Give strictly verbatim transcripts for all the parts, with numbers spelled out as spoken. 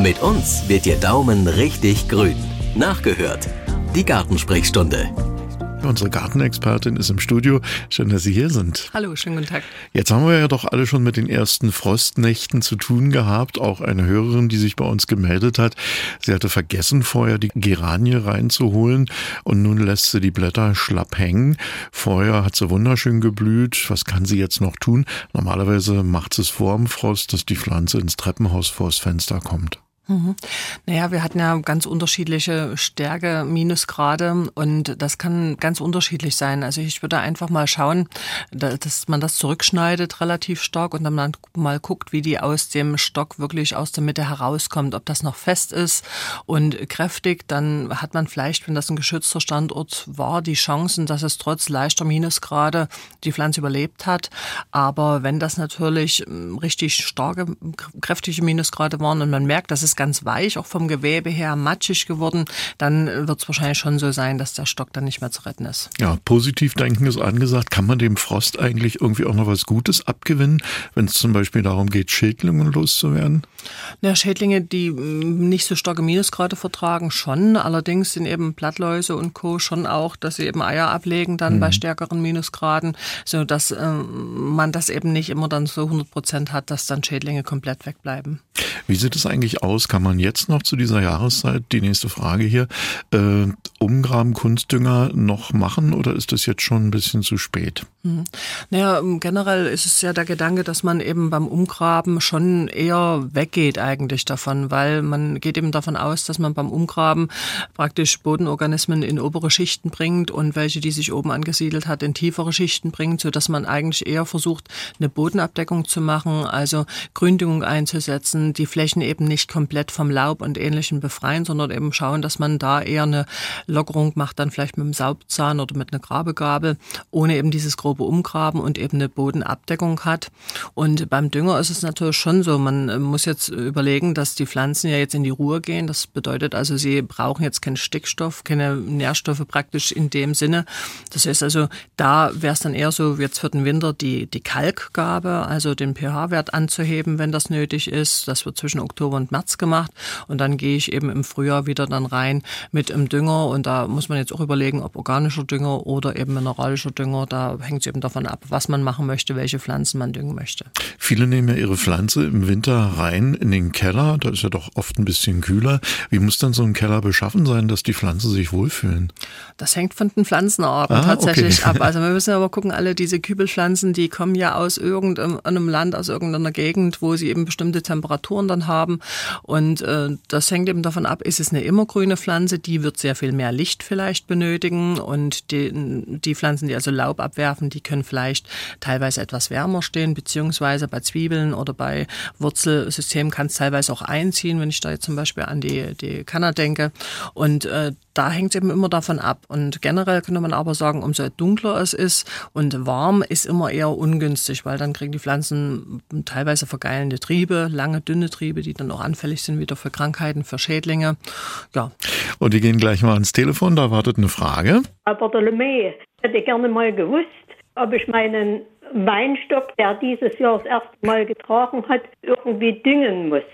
Mit uns wird Ihr Daumen richtig grün. Nachgehört. Die Gartensprechstunde. Unsere Gartenexpertin ist im Studio. Schön, dass Sie hier sind. Hallo, schönen guten Tag. Jetzt haben wir ja doch alle schon mit den ersten Frostnächten zu tun gehabt. Auch eine Hörerin, die sich bei uns gemeldet hat. Sie hatte vergessen, vorher die Geranie reinzuholen und nun lässt sie die Blätter schlapp hängen. Vorher hat sie wunderschön geblüht. Was kann sie jetzt noch tun? Normalerweise macht sie es vor dem Frost, dass die Pflanze ins Treppenhaus vors Fenster kommt. Mhm. Naja, wir hatten ja ganz unterschiedliche Stärke, Minusgrade und das kann ganz unterschiedlich sein. Also ich würde einfach mal schauen, dass man das zurückschneidet relativ stark und dann mal guckt, wie die aus dem Stock wirklich aus der Mitte herauskommt. Ob das noch fest ist und kräftig, dann hat man vielleicht, wenn das ein geschützter Standort war, die Chancen, dass es trotz leichter Minusgrade die Pflanze überlebt hat. Aber wenn das natürlich richtig starke, kräftige Minusgrade waren und man merkt, dass es ganz weich, auch vom Gewebe her matschig geworden, dann wird es wahrscheinlich schon so sein, dass der Stock dann nicht mehr zu retten ist. Ja, positiv denken ist angesagt. Kann man dem Frost eigentlich irgendwie auch noch was Gutes abgewinnen, wenn es zum Beispiel darum geht, Schädlingen loszuwerden? Ja, Schädlinge, die nicht so starke Minusgrade vertragen, schon. Allerdings sind eben Blattläuse und Co. schon auch, dass sie eben Eier ablegen dann mhm. bei stärkeren Minusgraden, so dass äh, man das eben nicht immer dann so hundert Prozent hat, dass dann Schädlinge komplett wegbleiben. Wie sieht es eigentlich aus? Kann man jetzt noch zu dieser Jahreszeit, die nächste Frage hier, äh, Umgraben, Kunstdünger noch machen oder ist das jetzt schon ein bisschen zu spät? Mhm. Naja, generell ist es ja der Gedanke, dass man eben beim Umgraben schon eher weggeht eigentlich davon, weil man geht eben davon aus, dass man beim Umgraben praktisch Bodenorganismen in obere Schichten bringt und welche, die sich oben angesiedelt hat, in tiefere Schichten bringt, sodass man eigentlich eher versucht, eine Bodenabdeckung zu machen, also Gründüngung einzusetzen, die Flächen eben nicht komplett vom Laub und Ähnlichem befreien, sondern eben schauen, dass man da eher eine Lockerung macht, dann vielleicht mit einem Saugzahn oder mit einer Grabegabel, ohne eben dieses grobe Umgraben und eben eine Bodenabdeckung hat. Und beim Dünger ist es natürlich schon so, man muss jetzt überlegen, dass die Pflanzen ja jetzt in die Ruhe gehen. Das bedeutet also, sie brauchen jetzt keinen Stickstoff, keine Nährstoffe praktisch in dem Sinne. Das heißt also, da wäre es dann eher so, jetzt für den Winter die, die Kalkgabe, also den pH-Wert anzuheben, wenn das nötig ist. Das wird zwischen Oktober und März gemacht und dann gehe ich eben im Frühjahr wieder dann rein mit einem Dünger und da muss man jetzt auch überlegen, ob organischer Dünger oder eben mineralischer Dünger, da hängt es eben davon ab, was man machen möchte, welche Pflanzen man düngen möchte. Viele nehmen ja ihre Pflanze im Winter rein in den Keller, da ist ja doch oft ein bisschen kühler. Wie muss dann so ein Keller beschaffen sein, dass die Pflanzen sich wohlfühlen? Das hängt von den Pflanzenarten ah, tatsächlich okay. ab. Also wir müssen aber gucken, alle diese Kübelpflanzen, die kommen ja aus irgendeinem Land, aus irgendeiner Gegend, wo sie eben bestimmte Temperaturen dann haben und äh, das hängt eben davon ab, ist es eine immergrüne Pflanze, die wird sehr viel mehr Licht vielleicht benötigen und die, die Pflanzen, die also Laub abwerfen, die können vielleicht teilweise etwas wärmer stehen, beziehungsweise bei Zwiebeln oder bei Wurzelsystemen kann es teilweise auch einziehen, wenn ich da jetzt zum Beispiel an die, die Kanna denke und äh, da hängt es eben immer davon ab und generell könnte man aber sagen, umso dunkler es ist und warm ist immer eher ungünstig, weil dann kriegen die Pflanzen teilweise vergeilende Triebe, lange, dünne Triebe, die dann auch anfällig sind wieder für Krankheiten, für Schädlinge. Ja. Und wir gehen gleich mal ans Telefon, da wartet eine Frage. Herr Bartholomä, ich hätte gerne mal gewusst, ob ich meinen Weinstock, der dieses Jahr das erste Mal getragen hat, irgendwie düngen muss.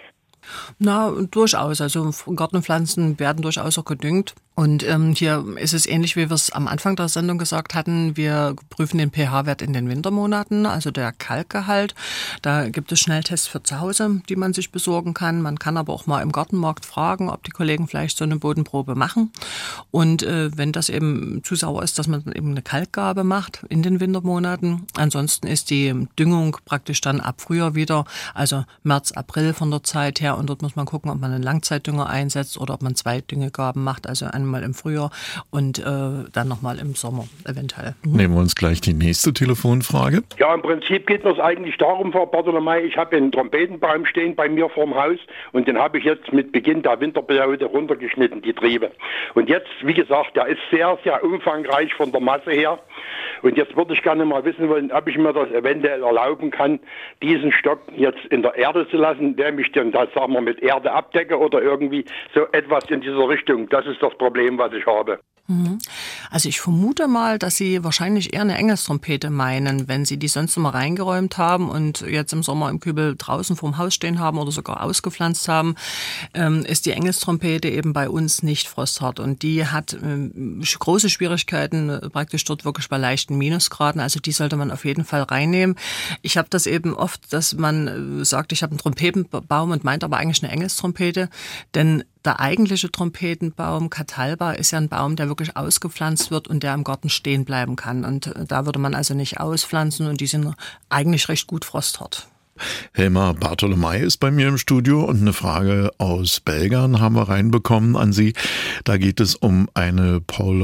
Na, durchaus. Also Gartenpflanzen werden durchaus auch gedüngt. Und ähm, hier ist es ähnlich, wie wir es am Anfang der Sendung gesagt hatten. Wir prüfen den pH-Wert in den Wintermonaten, also der Kalkgehalt. Da gibt es Schnelltests für zu Hause, die man sich besorgen kann. Man kann aber auch mal im Gartenmarkt fragen, ob die Kollegen vielleicht so eine Bodenprobe machen. Und äh, wenn das eben zu sauer ist, dass man dann eben eine Kalkgabe macht in den Wintermonaten. Ansonsten ist die Düngung praktisch dann ab Frühjahr wieder, also März, April von der Zeit her. Und dort muss man gucken, ob man einen Langzeitdünger einsetzt oder ob man zwei Düngegaben macht, also einmal im Frühjahr und äh, dann nochmal im Sommer eventuell. Mhm. Nehmen wir uns gleich die nächste Telefonfrage. Ja, im Prinzip geht es eigentlich darum, Frau Bartholomä, ich habe einen Trompetenbaum stehen bei mir vorm Haus und den habe ich jetzt mit Beginn der Winterperiode runtergeschnitten, die Triebe. Und jetzt, wie gesagt, der ist sehr, sehr umfangreich von der Masse her. Und jetzt würde ich gerne mal wissen wollen, ob ich mir das eventuell erlauben kann, diesen Stock jetzt in der Erde zu lassen, indem ich den, das sagen wir, mit Erde abdecke oder irgendwie so etwas in dieser Richtung. Das ist das Problem, was ich habe. Mhm. Also ich vermute mal, dass Sie wahrscheinlich eher eine Engelstrompete meinen, wenn Sie die sonst immer reingeräumt haben und jetzt im Sommer im Kübel draußen vorm Haus stehen haben oder sogar ausgepflanzt haben, ähm, ist die Engelstrompete eben bei uns nicht frosthart. Und die hat ähm, große Schwierigkeiten äh, praktisch dort wirklich bei leichten Minusgraden. Also die sollte man auf jeden Fall reinnehmen. Ich habe das eben oft, dass man äh, sagt, ich habe einen Trompetenbaum und meint aber eigentlich eine Engelstrompete, denn der eigentliche Trompetenbaum, Catalba, ist ja ein Baum, der wirklich ausgepflanzt wird und der im Garten stehen bleiben kann. Und da würde man also nicht auspflanzen und die sind eigentlich recht gut frosthart. Helma Bartolomei ist bei mir im Studio und eine Frage aus Belgern haben wir reinbekommen an Sie. Da geht es um eine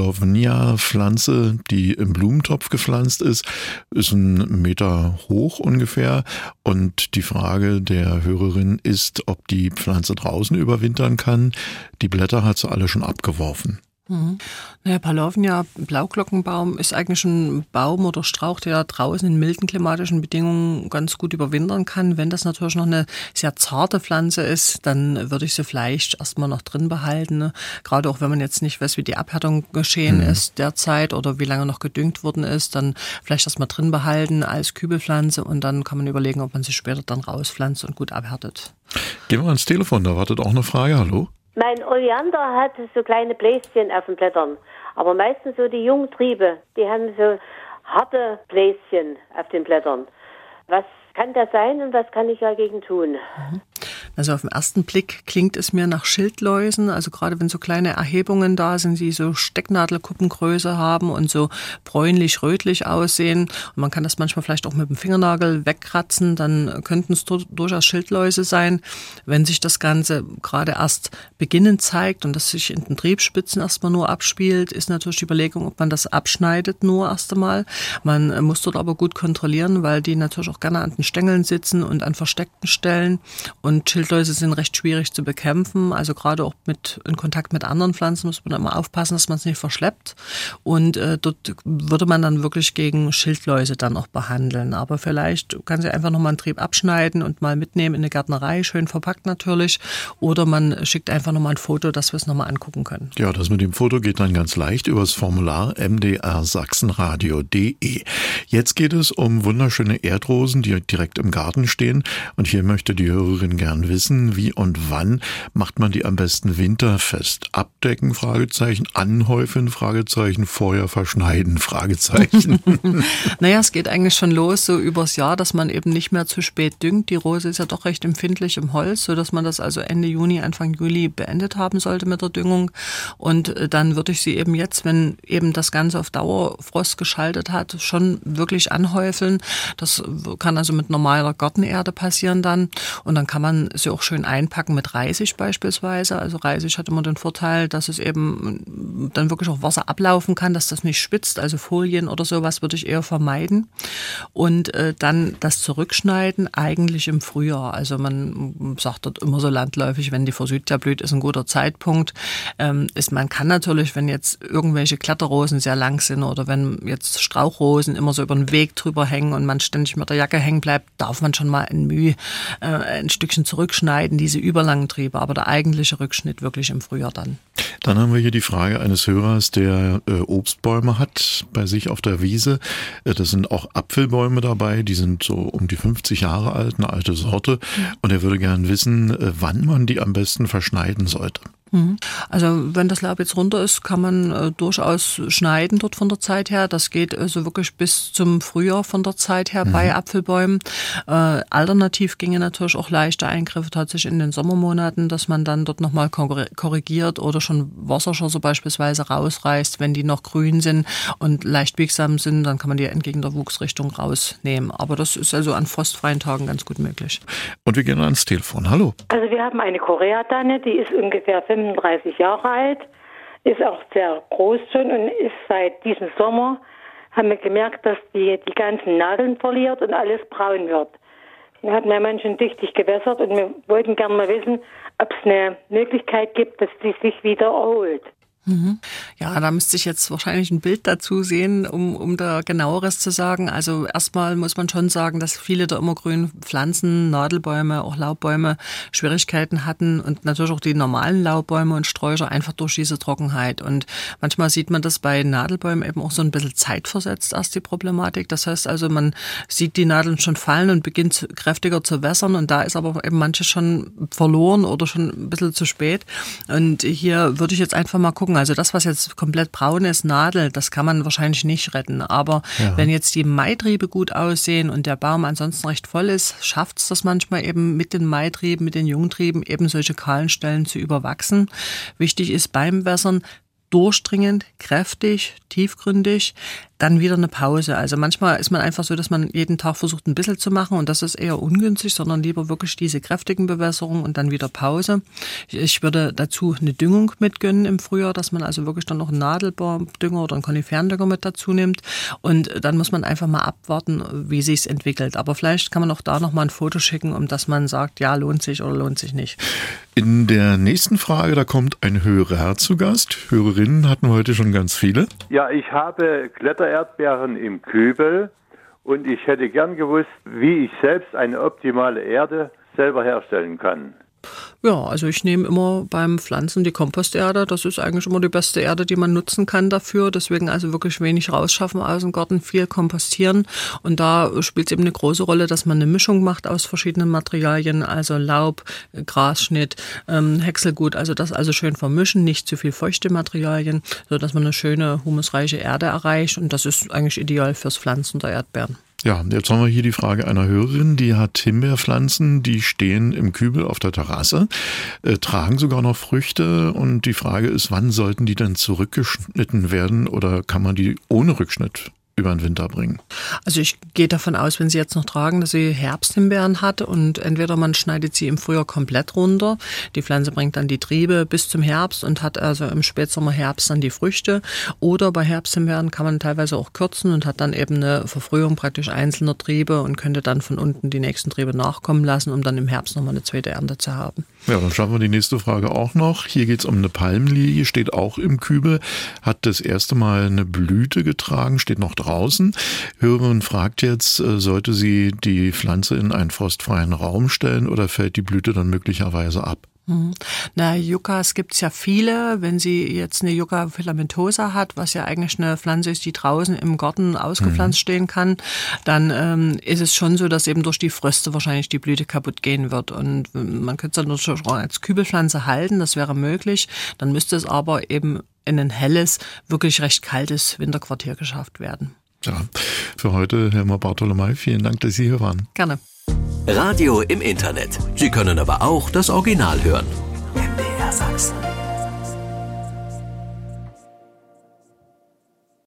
Paulownia-Pflanze, die im Blumentopf gepflanzt ist, ist ein Meter hoch ungefähr. Und die Frage der Hörerin ist, ob die Pflanze draußen überwintern kann. Die Blätter hat sie alle schon abgeworfen. Mhm. Naja, Paulownia, Blauglockenbaum, ist eigentlich ein Baum oder Strauch, der draußen in milden klimatischen Bedingungen ganz gut überwintern kann. Wenn das natürlich noch eine sehr zarte Pflanze ist, dann würde ich sie vielleicht erstmal noch drin behalten. Ne? Gerade auch wenn man jetzt nicht weiß, wie die Abhärtung geschehen mhm. ist derzeit oder wie lange noch gedüngt worden ist, dann vielleicht erstmal drin behalten als Kübelpflanze und dann kann man überlegen, ob man sie später dann rauspflanzt und gut abhärtet. Gehen wir ans Telefon, da wartet auch eine Frage. Hallo? Mein Oleander hat so kleine Bläschen auf den Blättern, aber meistens so die jungen Triebe, die haben so harte Bläschen auf den Blättern. Was kann das sein und was kann ich dagegen tun? Also auf den ersten Blick klingt es mir nach Schildläusen, also gerade wenn so kleine Erhebungen da sind, die so Stecknadelkuppengröße haben und so bräunlich-rötlich aussehen und man kann das manchmal vielleicht auch mit dem Fingernagel wegkratzen, dann könnten es durchaus Schildläuse sein. Wenn sich das Ganze gerade erst beginnend zeigt und das sich in den Triebspitzen erstmal nur abspielt, ist natürlich die Überlegung, ob man das abschneidet nur erst einmal. Man muss dort aber gut kontrollieren, weil die natürlich auch gerne an den Stängeln sitzen und an versteckten Stellen und Schildläuse sind recht schwierig zu bekämpfen, also gerade auch mit in Kontakt mit anderen Pflanzen muss man immer aufpassen, dass man es nicht verschleppt und äh, dort würde man dann wirklich gegen Schildläuse dann auch behandeln, aber vielleicht kann sie einfach nochmal einen Trieb abschneiden und mal mitnehmen in eine Gärtnerei, schön verpackt natürlich, oder man schickt einfach nochmal ein Foto, dass wir es nochmal angucken können. Ja, das mit dem Foto geht dann ganz leicht übers Formular m d r sachsenradio punkt d e. Jetzt geht es um wunderschöne Erdrosen, die direkt im Garten stehen und hier möchte die Hörerin gern wissen, wie und wann macht man die am besten winterfest? Abdecken, Fragezeichen, anhäufen, Fragezeichen, vorher verschneiden, Fragezeichen. Naja, es geht eigentlich schon los, so übers Jahr, dass man eben nicht mehr zu spät düngt. Die Rose ist ja doch recht empfindlich im Holz, sodass man das also Ende Juni, Anfang Juli beendet haben sollte mit der Düngung. Und dann würde ich sie eben jetzt, wenn eben das Ganze auf Dauerfrost geschaltet hat, schon wirklich anhäufeln. Das kann also mit normaler Gartenerde passieren dann. Und dann kann man sie auch schön einpacken mit Reisig beispielsweise. Also Reisig hat immer den Vorteil, dass es eben dann wirklich auch Wasser ablaufen kann, dass das nicht spitzt. Also Folien oder sowas würde ich eher vermeiden. Und äh, dann das Zurückschneiden eigentlich im Frühjahr. Also man sagt dort immer so landläufig, wenn die Forsythia blüht, ist ein guter Zeitpunkt. Ähm, ist, man kann natürlich, wenn jetzt irgendwelche Kletterrosen sehr lang sind oder wenn jetzt Strauchrosen immer so über den Weg drüber hängen und man ständig mit der Jacke hängen bleibt, darf man schon mal in Mühe äh, ein Stückchen zurückschneiden, diese überlangen Triebe, aber der eigentliche Rückschnitt wirklich im Frühjahr dann. Dann haben wir hier die Frage eines Hörers, der äh, Obstbäume hat bei sich auf der Wiese. Äh, das sind auch Apfelbäume dabei, die sind so um die fünfzig Jahre alt, eine alte Sorte. Und er würde gern wissen, äh, wann man die am besten verschneiden sollte. Also wenn das Laub jetzt runter ist, kann man äh, durchaus schneiden dort von der Zeit her. Das geht also wirklich bis zum Frühjahr von der Zeit her mhm. bei Apfelbäumen. Äh, alternativ ginge natürlich auch leichte Eingriffe tatsächlich in den Sommermonaten, dass man dann dort nochmal korrigiert oder schon Wasserschösser beispielsweise rausreißt, wenn die noch grün sind und leicht biegsam sind, dann kann man die entgegen der Wuchsrichtung rausnehmen. Aber das ist also an frostfreien Tagen ganz gut möglich. Und wir gehen ans Telefon. Hallo. Also wir haben eine Koreatanne, die ist ungefähr fünfunddreißig Jahre alt, ist auch sehr groß schon und ist seit diesem Sommer, haben wir gemerkt, dass die die ganzen Nadeln verliert und alles braun wird. Dann hat mein Mann schon tüchtig gewässert und wir wollten gerne mal wissen, ob es eine Möglichkeit gibt, dass die sich wieder erholt. Ja, da müsste ich jetzt wahrscheinlich ein Bild dazu sehen, um, um da genaueres zu sagen. Also erstmal muss man schon sagen, dass viele der immergrünen Pflanzen, Nadelbäume, auch Laubbäume Schwierigkeiten hatten und natürlich auch die normalen Laubbäume und Sträucher einfach durch diese Trockenheit. Und manchmal sieht man das bei Nadelbäumen eben auch so ein bisschen zeitversetzt erst die Problematik. Das heißt also, man sieht die Nadeln schon fallen und beginnt kräftiger zu wässern und da ist aber eben manches schon verloren oder schon ein bisschen zu spät. Und hier würde ich jetzt einfach mal gucken, also das, was jetzt komplett braun ist, Nadel, das kann man wahrscheinlich nicht retten. Aber ja. wenn jetzt die Maitriebe gut aussehen und der Baum ansonsten recht voll ist, schafft es das manchmal eben mit den Maitrieben, mit den Jungtrieben eben solche kahlen Stellen zu überwachsen. Wichtig ist beim Wässern durchdringend, kräftig, tiefgründig, dann wieder eine Pause. Also manchmal ist man einfach so, dass man jeden Tag versucht, ein bisschen zu machen und das ist eher ungünstig, sondern lieber wirklich diese kräftigen Bewässerungen und dann wieder Pause. Ich würde dazu eine Düngung mitgönnen im Frühjahr, dass man also wirklich dann noch einen Nadelbaumdünger oder einen Koniferendünger mit dazu nimmt und dann muss man einfach mal abwarten, wie sich's entwickelt. Aber vielleicht kann man auch da noch mal ein Foto schicken, um dass man sagt, ja, lohnt sich oder lohnt sich nicht. In der nächsten Frage, da kommt ein Hörer zu Gast. Hörerinnen hatten wir heute schon ganz viele. Ja, ich habe Klettererdbeeren im Kübel und ich hätte gern gewusst, wie ich selbst eine optimale Erde selber herstellen kann. Ja, also ich nehme immer beim Pflanzen die Komposterde. Das ist eigentlich immer die beste Erde, die man nutzen kann dafür. Deswegen also wirklich wenig rausschaffen aus dem Garten, viel kompostieren. Und da spielt es eben eine große Rolle, dass man eine Mischung macht aus verschiedenen Materialien, also Laub, Grasschnitt, ähm, Häckselgut. Also das also schön vermischen, nicht zu viel feuchte Materialien, sodass man eine schöne, humusreiche Erde erreicht. Und das ist eigentlich ideal fürs Pflanzen der Erdbeeren. Ja, jetzt haben wir hier die Frage einer Hörerin, die hat Himbeerpflanzen, die stehen im Kübel auf der Terrasse, äh, tragen sogar noch Früchte und die Frage ist, wann sollten die denn zurückgeschnitten werden oder kann man die ohne Rückschnitt über den Winter bringen? Also ich gehe davon aus, wenn sie jetzt noch tragen, dass sie Herbsthimbeeren hat und entweder man schneidet sie im Frühjahr komplett runter, die Pflanze bringt dann die Triebe bis zum Herbst und hat also im Spätsommer, Herbst dann die Früchte, oder bei Herbsthimbeeren kann man teilweise auch kürzen und hat dann eben eine Verfrühung praktisch einzelner Triebe und könnte dann von unten die nächsten Triebe nachkommen lassen, um dann im Herbst nochmal eine zweite Ernte zu haben. Ja, dann schaffen wir die nächste Frage auch noch. Hier geht es um eine Palmlilie, steht auch im Kübel, hat das erste Mal eine Blüte getragen, steht noch draußen. Hörerin fragt jetzt, sollte sie die Pflanze in einen frostfreien Raum stellen oder fällt die Blüte dann möglicherweise ab? Na, Yuccas gibt's ja viele. Wenn sie jetzt eine Yucca filamentosa hat, was ja eigentlich eine Pflanze ist, die draußen im Garten ausgepflanzt mhm. stehen kann, dann ähm, ist es schon so, dass eben durch die Fröste wahrscheinlich die Blüte kaputt gehen wird. Und man könnte es dann natürlich auch als Kübelpflanze halten, das wäre möglich. Dann müsste es aber eben in ein helles, wirklich recht kaltes Winterquartier geschafft werden. Ja, für heute, Helma Bartolomei, vielen Dank, dass Sie hier waren. Gerne. Radio im Internet. Sie können aber auch das Original hören. M D R Sachsen.